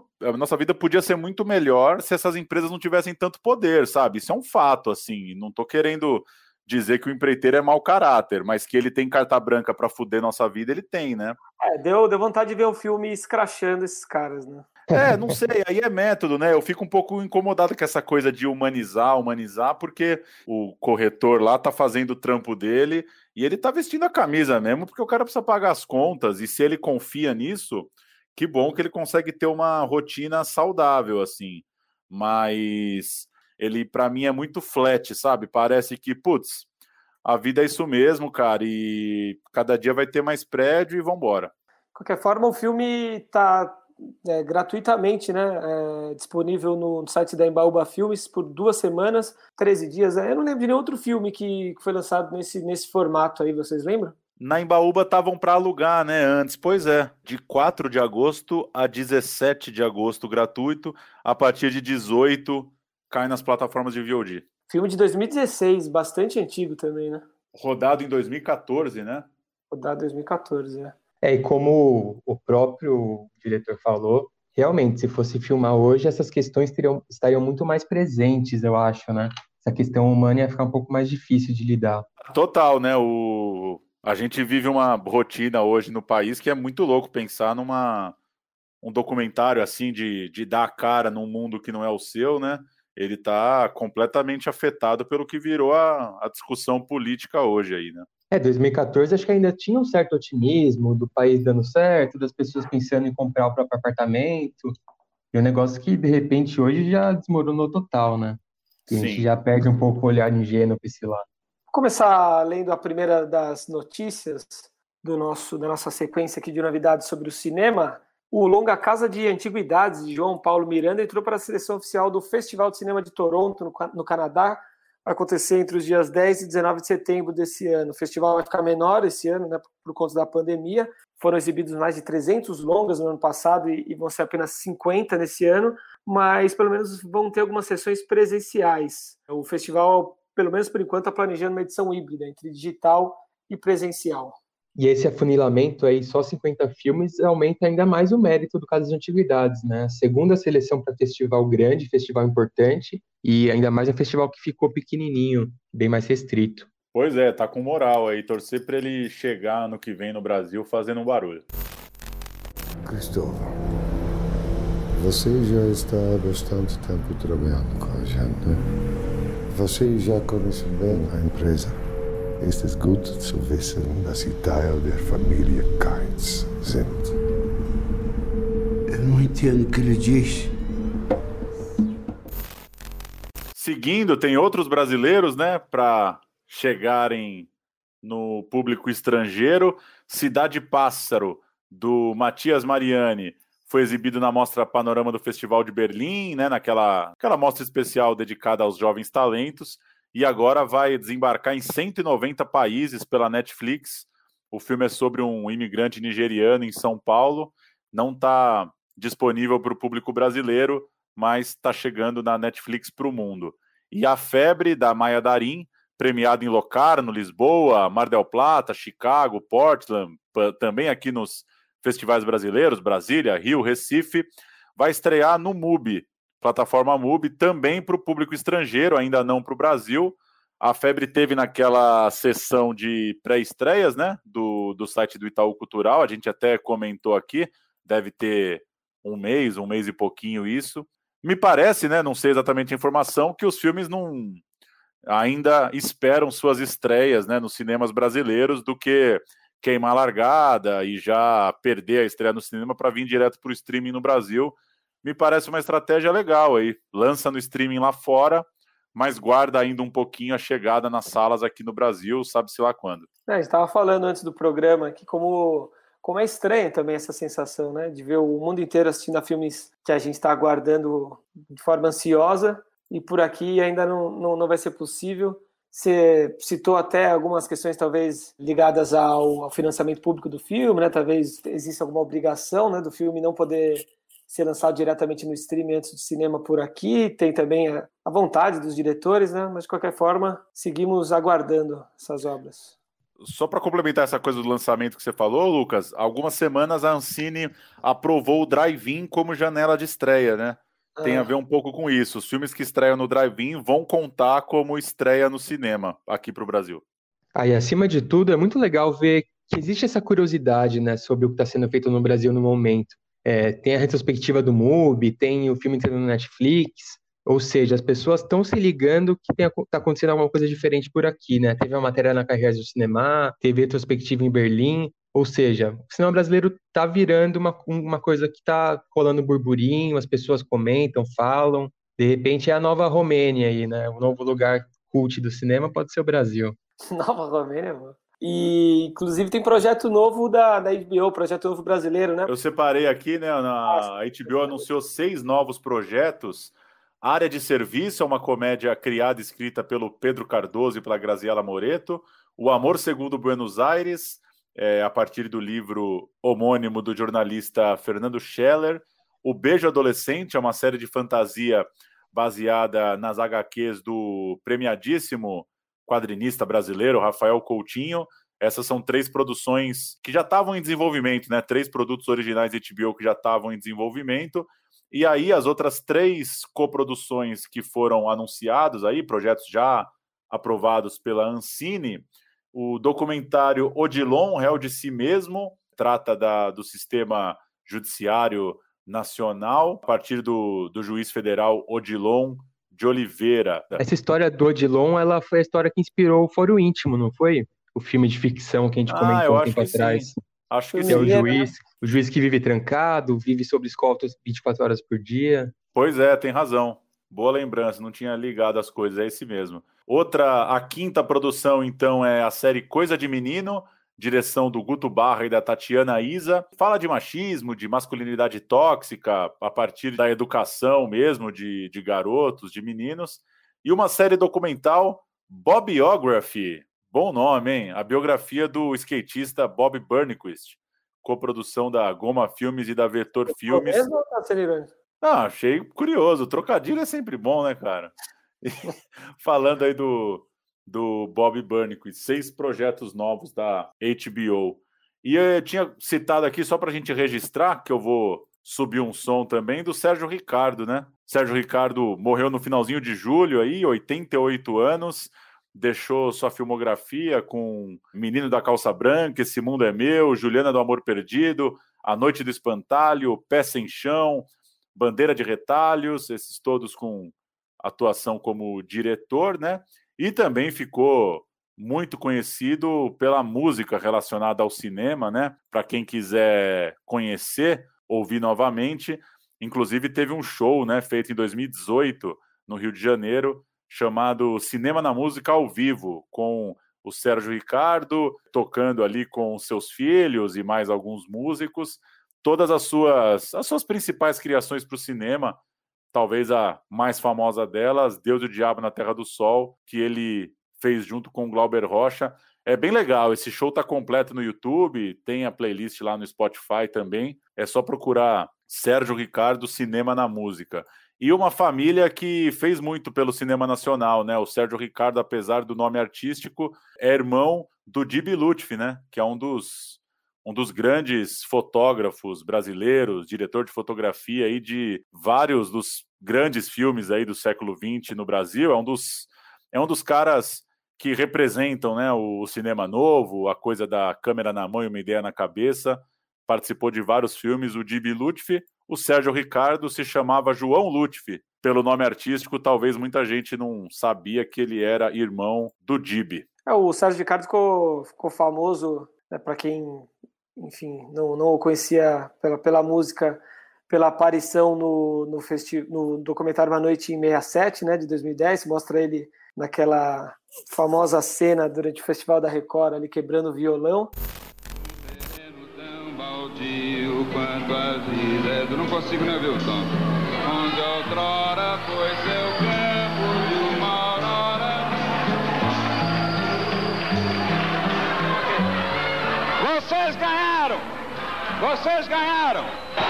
podia ser muito melhor se essas empresas não tivessem tanto poder, sabe? Isso é um fato, assim, não tô querendo dizer que o empreiteiro é mau caráter, mas que ele tem carta branca pra fuder nossa vida, ele tem, né? Deu vontade de ver o filme escrachando esses caras, né? Não sei, aí é método, né? Eu fico um pouco incomodado com essa coisa de humanizar, porque o corretor lá tá fazendo o trampo dele e ele tá vestindo a camisa mesmo, porque o cara precisa pagar as contas, e se ele confia nisso, que bom que ele consegue ter uma rotina saudável, assim. Mas ele, pra mim, é muito flat, sabe? Parece que, putz, a vida é isso mesmo, cara, e cada dia vai ter mais prédio e vambora. De qualquer forma, o filme tá gratuitamente, né, disponível no site da Embaúba Filmes por 2 semanas, 13 dias. Eu não lembro de nenhum outro filme que foi lançado nesse formato aí, vocês lembram? Na Embaúba estavam para alugar, né, antes. Pois é, de 4 de agosto a 17 de agosto gratuito, a partir de 18 cai nas plataformas de VOD. Filme de 2016, bastante antigo também, né? Rodado em 2014, né? Rodado em 2014, E como o próprio diretor falou, realmente, se fosse filmar hoje, essas questões estariam muito mais presentes, eu acho, né? Essa questão humana ia ficar um pouco mais difícil de lidar. Total, né? A gente vive uma rotina hoje no país que é muito louco pensar um documentário assim de dar a cara num mundo que não é o seu, né? Ele está completamente afetado pelo que virou a discussão política hoje aí, né? 2014 acho que ainda tinha um certo otimismo do país dando certo, das pessoas pensando em comprar o próprio apartamento, e um negócio que de repente hoje já desmoronou total, né? E a gente já perde um pouco o olhar ingênuo para esse lado. Vou começar lendo a primeira das notícias da nossa sequência aqui de novidades sobre o cinema. O longa Casa de Antiguidades, de João Paulo Miranda, entrou para a seleção oficial do Festival de Cinema de Toronto, no Canadá. Vai acontecer entre os dias 10 e 19 de setembro desse ano. O festival vai ficar menor esse ano, né, por conta da pandemia. Foram exibidos mais de 300 longas no ano passado e vão ser apenas 50 nesse ano, mas pelo menos vão ter algumas sessões presenciais. O festival, pelo menos por enquanto, está planejando uma edição híbrida entre digital e presencial. E esse afunilamento aí, só 50 filmes, aumenta ainda mais o mérito do Casa de Antiguidades, né? Segunda seleção para festival grande, festival importante, e ainda mais um festival que ficou pequenininho, bem mais restrito. Pois é, tá com moral aí, torcer para ele chegar ano que vem no Brasil fazendo um barulho. Cristóvão, você já está há bastante tempo trabalhando com a gente, né? Você já conhece bem a empresa. Es ist gut zu wissen, dass Sie Teil der Familie Keitz sind. Eu não entendo o que ele diz. Seguindo, tem outros brasileiros, né, para chegarem no público estrangeiro. Cidade Pássaro, do Matias Mariani, foi exibido na Mostra Panorama do Festival de Berlim, né, naquela mostra especial dedicada aos jovens talentos. E agora vai desembarcar em 190 países pela Netflix. O filme é sobre um imigrante nigeriano em São Paulo. Não está disponível para o público brasileiro, mas está chegando na Netflix para o mundo. E A Febre, da Maya Darin, premiada em Locarno, Lisboa, Mar del Plata, Chicago, Portland, também aqui nos festivais brasileiros, Brasília, Rio, Recife, vai estrear no MUBI, plataforma MUBI, também para o público estrangeiro, ainda não para o Brasil. A Febre teve naquela sessão de pré-estreias, né, do site do Itaú Cultural, a gente até comentou aqui, deve ter um mês e pouquinho isso. Me parece, né, não sei exatamente a informação, que os filmes não ainda esperam suas estreias, né, nos cinemas brasileiros do que queimar a largada e já perder a estreia no cinema para vir direto para o streaming no Brasil. Me parece uma estratégia legal aí. Lança no streaming lá fora, mas guarda ainda um pouquinho a chegada nas salas aqui no Brasil, sabe-se lá quando. A gente estava falando antes do programa que como é estranha também essa sensação, né, de ver o mundo inteiro assistindo a filmes que a gente está aguardando de forma ansiosa e por aqui ainda não vai ser possível. Você citou até algumas questões talvez ligadas ao financiamento público do filme, né, talvez exista alguma obrigação, né, do filme não poder ser lançado diretamente no streaming antes do cinema por aqui, tem também a vontade dos diretores, né? Mas de qualquer forma, seguimos aguardando essas obras. Só para complementar essa coisa do lançamento que você falou, Lucas, algumas semanas a Ancine aprovou o drive-in como janela de estreia, né? Tem a ver um pouco com isso. Os filmes que estreiam no drive-in vão contar como estreia no cinema aqui para o Brasil. E acima de tudo, é muito legal ver que existe essa curiosidade, né, sobre o que está sendo feito no Brasil no momento. Tem a retrospectiva do MUBI, tem o filme entrando no Netflix, ou seja, as pessoas estão se ligando que está acontecendo alguma coisa diferente por aqui, né? Teve uma matéria na Carreiras do Cinema, teve retrospectiva em Berlim, ou seja, o cinema brasileiro está virando uma coisa que está rolando burburinho, as pessoas comentam, falam, de repente é a nova Romênia aí, né? O novo lugar cult do cinema pode ser o Brasil. Nova Romênia, mano. E, inclusive, tem projeto novo da HBO, projeto novo brasileiro, né? Eu separei aqui, né? A HBO anunciou 6 novos projetos. Área de Serviço é uma comédia criada e escrita pelo Pedro Cardoso e pela Graziella Moreto. O Amor Segundo Buenos Aires, a partir do livro homônimo do jornalista Fernando Scheller. O Beijo Adolescente é uma série de fantasia baseada nas HQs do premiadíssimo quadrinista brasileiro, Rafael Coutinho. Essas são 3 produções que já estavam em desenvolvimento, né? 3 produtos originais de HBO que já estavam em desenvolvimento. E aí as outras 3 coproduções que foram anunciados aí, projetos já aprovados pela Ancine, o documentário Odilon, Réu de Si Mesmo, trata do sistema judiciário nacional, a partir do juiz federal Odilon de Oliveira. Essa história do Odilon, ela foi a história que inspirou o Foro Íntimo, não foi? O filme de ficção que a gente comentou um tempo atrás. Sim. Acho que sim. É o juiz que vive trancado, vive sob escolta 24 horas por dia. Pois é, tem razão. Boa lembrança, não tinha ligado as coisas, é esse mesmo. Outra, a quinta produção, então, é a série Coisa de Menino, direção do Guto Barra e da Tatiana Isa. Fala de machismo, de masculinidade tóxica, a partir da educação mesmo, de garotos, de meninos. E uma série documental, Bobiography, bom nome, hein? A biografia do skatista Bob Burnquist, coprodução da Goma Filmes e da Vetor Filmes. Achei curioso. Trocadilho é sempre bom, né, cara? Falando aí do Bob Burnquist, 6 projetos novos da HBO. E eu tinha citado aqui, só para a gente registrar, que eu vou subir um som também, do Sérgio Ricardo, né? Sérgio Ricardo morreu no finalzinho de julho, aí, 88 anos, deixou sua filmografia com Menino da Calça Branca, Esse Mundo é Meu, Juliana do Amor Perdido, A Noite do Espantalho, Pé Sem Chão, Bandeira de Retalhos, esses todos com atuação como diretor, né? E também ficou muito conhecido pela música relacionada ao cinema, né? Para quem quiser conhecer, ouvir novamente. Inclusive teve um show, né, feito em 2018 no Rio de Janeiro, chamado Cinema na Música ao Vivo, com o Sérgio Ricardo tocando ali com seus filhos e mais alguns músicos, todas as suas principais criações para o cinema. Talvez a mais famosa delas, Deus e o Diabo na Terra do Sol, que ele fez junto com o Glauber Rocha. É bem legal, esse show tá completo no YouTube, tem a playlist lá no Spotify também. É só procurar Sérgio Ricardo, Cinema na Música. E uma família que fez muito pelo cinema nacional, né? O Sérgio Ricardo, apesar do nome artístico, é irmão do Djiby Lutfi, né? Que é um dos grandes fotógrafos brasileiros, diretor de fotografia aí de vários dos grandes filmes aí do século XX no Brasil. É um dos caras que representam, né, o cinema novo, a coisa da câmera na mão e uma ideia na cabeça. Participou de vários filmes, o Djiby Lutfi. O Sérgio Ricardo se chamava João Lutfi. Pelo nome artístico, talvez muita gente não sabia que ele era irmão do Djiby. O Sérgio Ricardo ficou famoso, né, para quem, enfim, não o conhecia pela música, pela aparição no documentário Uma Noite em 67, né, de 2010. Mostra ele naquela famosa cena durante o Festival da Record, ali quebrando o violão. Quanto às ilhas, eu não consigo nem ouvir o som. Onde outrora foi seu campo de uma aurora. Vocês ganharam! Vocês ganharam!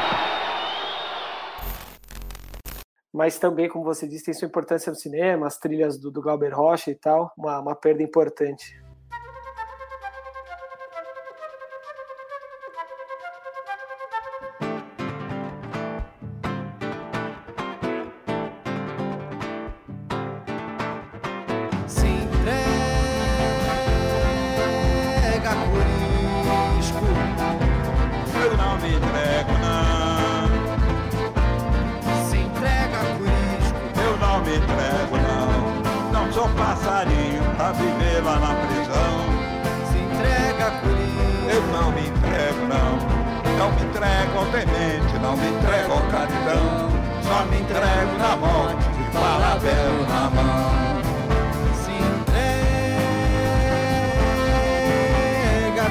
Mas também, como você disse, tem sua importância no cinema, as trilhas do Glauber Rocha e tal, uma perda importante. Viver lá na prisão. Se entrega, Coringa. Eu não me entrego, não. Não me entrego ao tenente, não me entrego ao capitão. Só me entrego na morte, de parabéns na mão. Se entrega,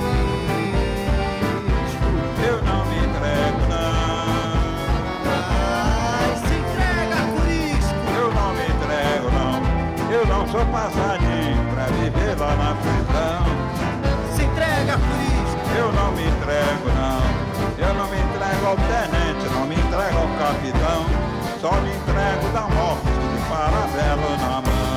Corisco. Eu não me entrego, não. Ai, se entrega, Corisco. Eu não me entrego, não. Eu não sou passarinho pra viver lá na prisão. Se entrega, Corisco. Eu não me entrego, não. Eu não me entrego ao tenente, não me entrego ao capitão. Só me entrego da morte de parabelo na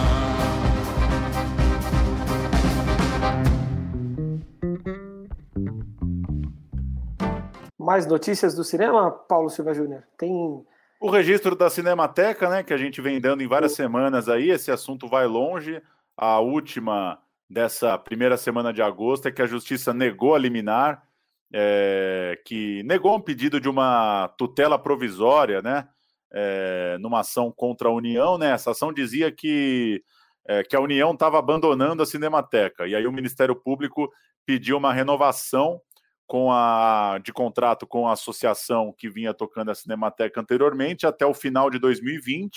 mão. Mais notícias do cinema, Paulo Silva Júnior? Tem... O registro da Cinemateca, né, que a gente vem dando em várias semanas aí, esse assunto vai longe. A última dessa primeira semana de agosto é que a Justiça negou a liminar, que negou um pedido de uma tutela provisória, né, numa ação contra a União, né. Essa ação dizia que a União estava abandonando a Cinemateca, e aí o Ministério Público pediu uma renovação de contrato com a associação que vinha tocando a Cinemateca anteriormente até o final de 2020,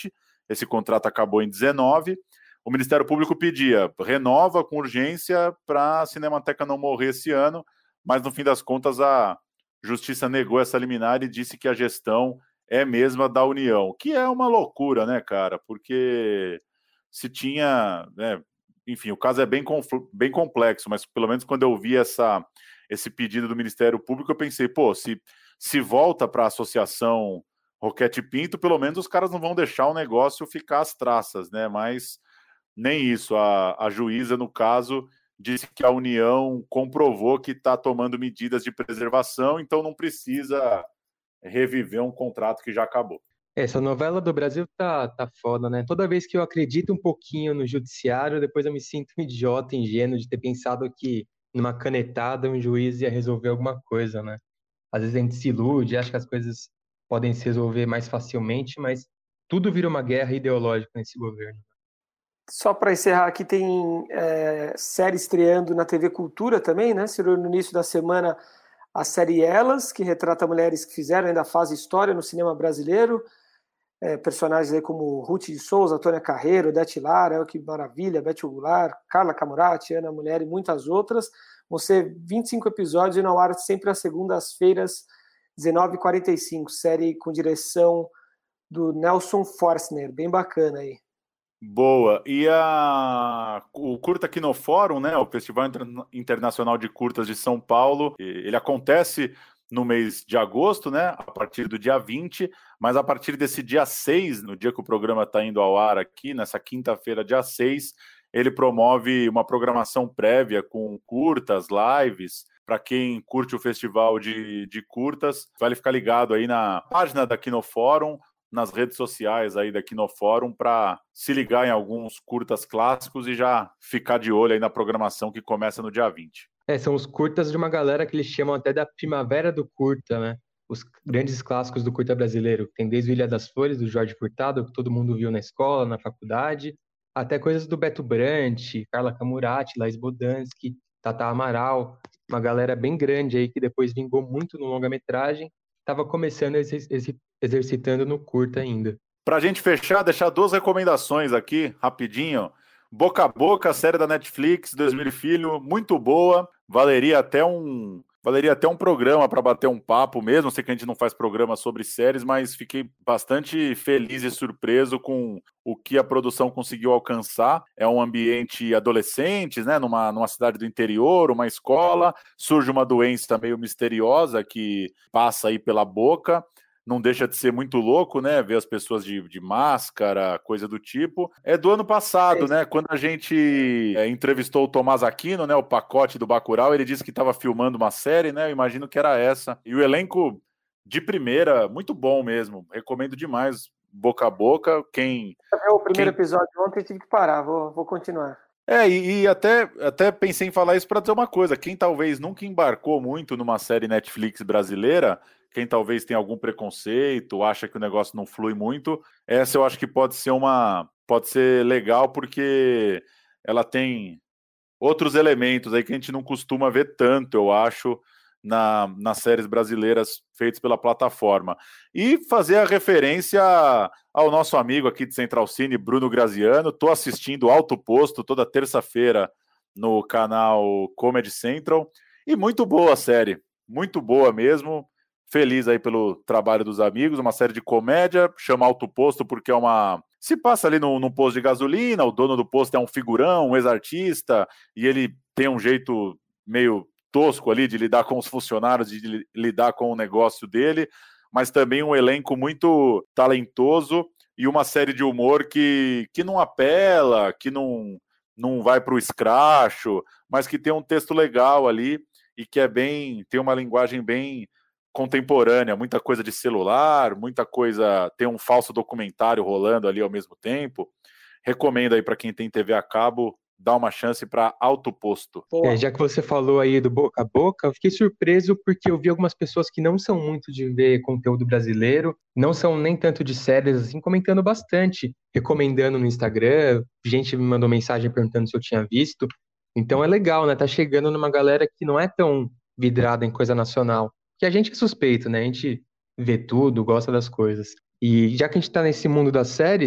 esse contrato acabou em 19. O Ministério Público pedia, renova com urgência para a Cinemateca não morrer esse ano, mas no fim das contas a Justiça negou essa liminar e disse que a gestão é mesma da União, que é uma loucura, né, cara? Porque se tinha... né, enfim, o caso é bem complexo, mas pelo menos quando eu vi esse pedido do Ministério Público, eu pensei, pô, se volta para a Associação Roquete Pinto, pelo menos os caras não vão deixar o negócio ficar às traças, né? Mas nem isso. A juíza, no caso, disse que a União comprovou que está tomando medidas de preservação, então não precisa reviver um contrato que já acabou. Essa novela do Brasil tá foda, né? Toda vez que eu acredito um pouquinho no judiciário, depois eu me sinto um idiota, ingênuo de ter pensado que numa canetada um juiz ia resolver alguma coisa, né? Às vezes a gente se ilude, acha que as coisas podem se resolver mais facilmente, mas tudo vira uma guerra ideológica nesse governo. Só para encerrar aqui, tem série estreando na TV Cultura também, né? Estreou no início da semana a série Elas, que retrata mulheres que fizeram, ainda fazem história no cinema brasileiro. Personagens aí como Ruth de Souza, Tônia Carreiro, Odete Lara, Elke Maravilha, Beth Goulart, Carla Camurati, Ana Mulher e muitas outras. Vão ser 25 episódios e no ar sempre às segundas-feiras, 19h45. Série com direção do Nelson Forstner, bem bacana aí. Boa. E o Curta aqui no Fórum, né, o Festival Internacional de Curtas de São Paulo, ele acontece no mês de agosto, né, a partir do dia 20, mas a partir desse dia 6, no dia que o programa está indo ao ar aqui, nessa quinta-feira, dia 6, ele promove uma programação prévia com curtas, lives, para quem curte o festival de curtas. Vale ficar ligado aí na página da Kinofórum, nas redes sociais aí da Kinofórum, para se ligar em alguns curtas clássicos e já ficar de olho aí na programação que começa no dia 20. São os curtas de uma galera que eles chamam até da primavera do curta, né? Os grandes clássicos do curta brasileiro. Tem desde o Ilha das Flores, do Jorge Furtado, que todo mundo viu na escola, na faculdade, até coisas do Beto Brant, Carla Camurati, Laís Bodansky, Tata Amaral, uma galera bem grande aí que depois vingou muito no longa-metragem, estava começando exercitando no curta ainda. Pra gente fechar, deixar 2 recomendações aqui, rapidinho. Boca a Boca, série da Netflix, 2000 Filho, muito boa. Valeria até um programa para bater um papo mesmo. Sei que a gente não faz programa sobre séries, mas fiquei bastante feliz e surpreso com o que a produção conseguiu alcançar. É um ambiente adolescentes, né, numa cidade do interior, uma escola. Surge uma doença meio misteriosa que passa aí pela boca. Não deixa de ser muito louco, né? Ver as pessoas de máscara, coisa do tipo. É do ano passado, né? Quando a gente entrevistou o Tomás Aquino, né? O Pacote do Bacurau, ele disse que estava filmando uma série, né? Eu imagino que era essa. E o elenco de primeira, muito bom mesmo. Recomendo demais. Boca a Boca. O primeiro episódio ontem, tive que parar. Vou continuar. E até pensei em falar isso para dizer uma coisa. Quem talvez nunca embarcou muito numa série Netflix brasileira, quem talvez tenha algum preconceito, acha que o negócio não flui muito, essa eu acho que pode ser legal, porque ela tem outros elementos aí que a gente não costuma ver tanto, eu acho, nas séries brasileiras feitas pela plataforma. E fazer a referência ao nosso amigo aqui de Central Cine, Bruno Graziano. Estou assistindo Alto Posto toda terça-feira no canal Comedy Central, e muito boa a série, muito boa mesmo. Feliz aí pelo trabalho dos amigos, uma série de comédia, chama Alto Posto porque se passa ali num posto de gasolina, o dono do posto é um figurão, um ex-artista, e ele tem um jeito meio tosco ali de lidar com os funcionários, de lidar com o negócio dele, mas também um elenco muito talentoso e uma série de humor que não apela, que não vai para o escracho, mas que tem um texto legal ali e que tem uma linguagem bem contemporânea, muita coisa de celular, muita coisa, tem um falso documentário rolando ali ao mesmo tempo. Recomendo aí para quem tem TV a cabo, dar uma chance para Alto Posto. Já que você falou aí do Boca a Boca, eu fiquei surpreso porque eu vi algumas pessoas que não são muito de ver conteúdo brasileiro, não são nem tanto de séries, assim, comentando bastante, recomendando no Instagram, gente me mandou mensagem perguntando se eu tinha visto. Então é legal, né? Tá chegando numa galera que não é tão vidrada em coisa nacional. Que a gente é suspeito, né? A gente vê tudo, gosta das coisas. E já que a gente tá nesse mundo das séries,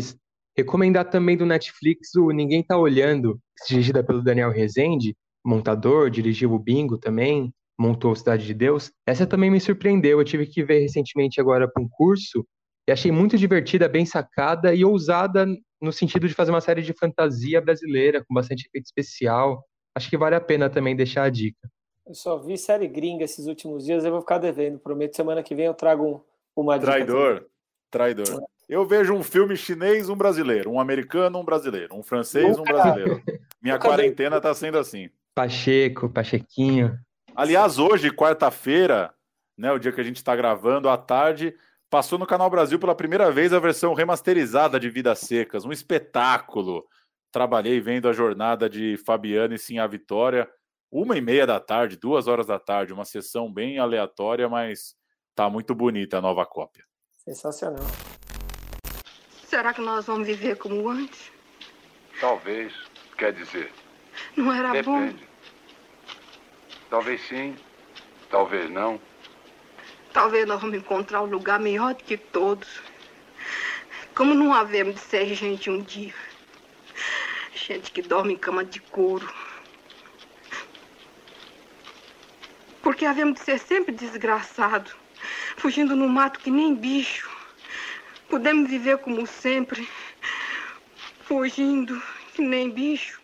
Recomendar também do Netflix o Ninguém Tá Olhando, dirigida pelo Daniel Rezende, montador, dirigiu o Bingo também, montou Cidade de Deus. Essa também me surpreendeu, eu tive que ver recentemente agora para um curso, e achei muito divertida, bem sacada e ousada no sentido de fazer uma série de fantasia brasileira, com bastante efeito especial. Acho que vale a pena também deixar a dica. Eu só vi série gringa esses últimos dias, eu vou ficar devendo. Prometo, semana que vem eu trago uma dica. Traidor. Eu vejo um filme chinês, um brasileiro, um americano, um brasileiro, um francês, um brasileiro. Minha quarentena tá sendo assim. Pachequinho. Aliás, hoje, quarta-feira, né, o dia que a gente tá gravando, à tarde, passou no Canal Brasil pela primeira vez a versão remasterizada de Vidas Secas, um espetáculo. Trabalhei vendo a jornada de Fabiano e Sim a Vitória, 1h30 da tarde, 2h da tarde, uma sessão bem aleatória, mas tá muito bonita a nova cópia. Sensacional. Será que nós vamos viver como antes? Talvez, quer dizer. Não era Depende. bom? Talvez sim, talvez não. Talvez nós vamos encontrar um lugar melhor do que todos. Como não havemos de ser gente um dia. Gente que dorme em cama de couro. Porque havemos de ser sempre desgraçados. Fugindo no mato que nem bicho. Podemos viver como sempre. Fugindo que nem bicho.